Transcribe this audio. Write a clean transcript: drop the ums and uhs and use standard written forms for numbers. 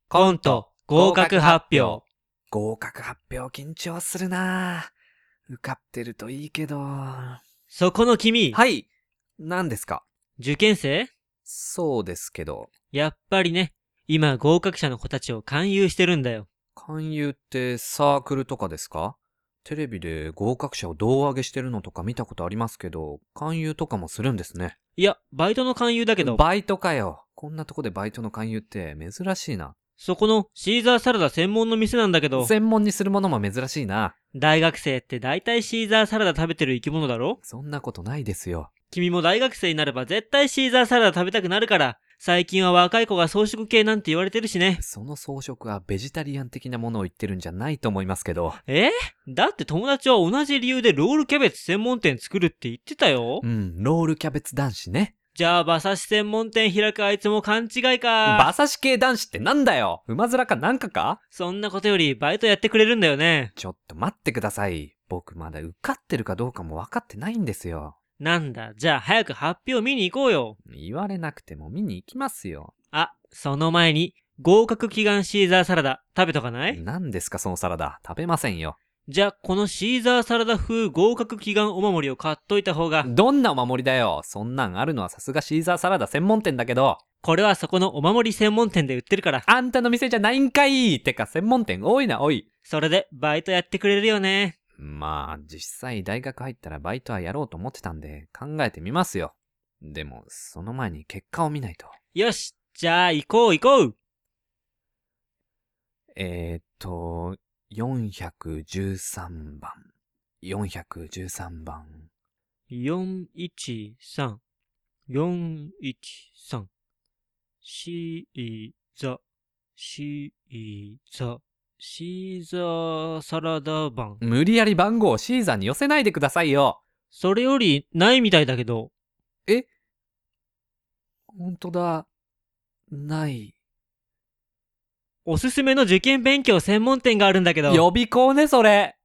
コント合格発表。 合格発表緊張するなぁ。受かってるといいけど。 そこの君、 はい。何ですか？ 受験生？ そうですけど。 やっぱりね、今合格者の子たちを勧誘してるんだよ。 勧誘ってサークルとかですか？テレビで合格者を胴上げしてるのとか見たことありますけど、勧誘とかもするんですね。 いや、バイトの勧誘だけど、 バイトかよ。こんなとこでバイトの勧誘って珍しいな。 そこのシーザーサラダ専門の店なんだけど、 専門にするものも珍しいな。 大学生って大体シーザーサラダ食べてる生き物だろ？ そんなことないですよ。 君も大学生になれば絶対シーザーサラダ食べたくなるから、最近は若い子が草食系なんて言われてるしね。 その装飾はベジタリアン的なものを言ってるんじゃないと思いますけど。 だって友達は同じ理由でロールキャベツ専門店作るって言ってたよ。 ロールキャベツ男子ね。 じゃあ馬刺し専門店開くあいつも勘違いか。 馬刺し系男子ってなんだよ。馬面かなんかか？ そんなことよりバイトやってくれるんだよね。 ちょっと待ってください。僕まだ受かってるかどうかも分かってないんですよ。 なんだ、じゃあ早く発表見に行こうよ。 言われなくても見に行きますよ。 あ、その前に合格祈願シーザーサラダ食べとかない？ 何ですかそのサラダ。食べませんよ。 じゃあこのシーザーサラダ風合格祈願お守りを買っといた方が。 どんなお守りだよ。そんなんあるのはさすがシーザーサラダ専門店だけど。 これはそこのお守り専門店で売ってるから。 あんたの店じゃないんかい。てか専門店多いなおい。 それでバイトやってくれるよね。 まあ実際大学入ったらバイトはやろうと思ってたんで考えてみますよ。でもその前に結果を見ないと。 よし、じゃあ行こう行こう。 413番。413番。 413。413。シーザ、シーザ、シーザーサラダ版。 無理やり番号をシーザーに寄せないでくださいよ。 それよりないみたいだけど。 ほんとだ。ない。 おすすめの受験勉強専門店があるんだけど。 予備校ねそれ。